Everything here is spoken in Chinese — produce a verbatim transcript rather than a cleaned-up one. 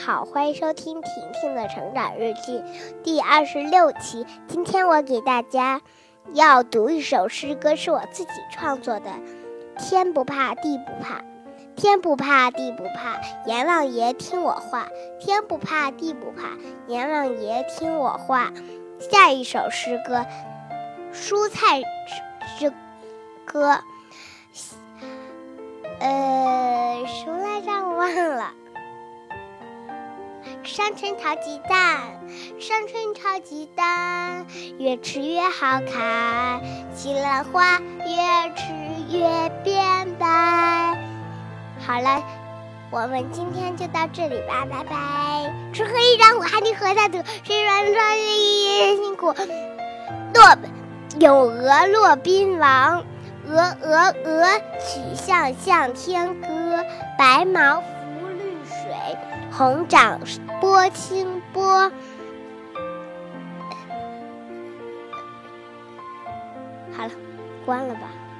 好，欢迎收听婷婷的成长日记第二十六期。今天我给大家要读一首诗歌，是我自己创作的。天不怕地不怕，天不怕地不怕，阎王爷听我话。天不怕地不怕，阎王爷听我话。下一首诗歌，蔬菜之歌，呃，什么来着？我忘了。上春炒鸡蛋，上春炒鸡蛋，越吃越好看，西兰花越吃越变白。好了，我们今天就到这里吧，拜拜。锄禾日当午，汗滴禾下土，谁人穿一人辛苦。落有鹅落宾王，鹅鹅鹅，曲项向天歌。白毛浮绿水，红掌拨清波。好了，关了吧。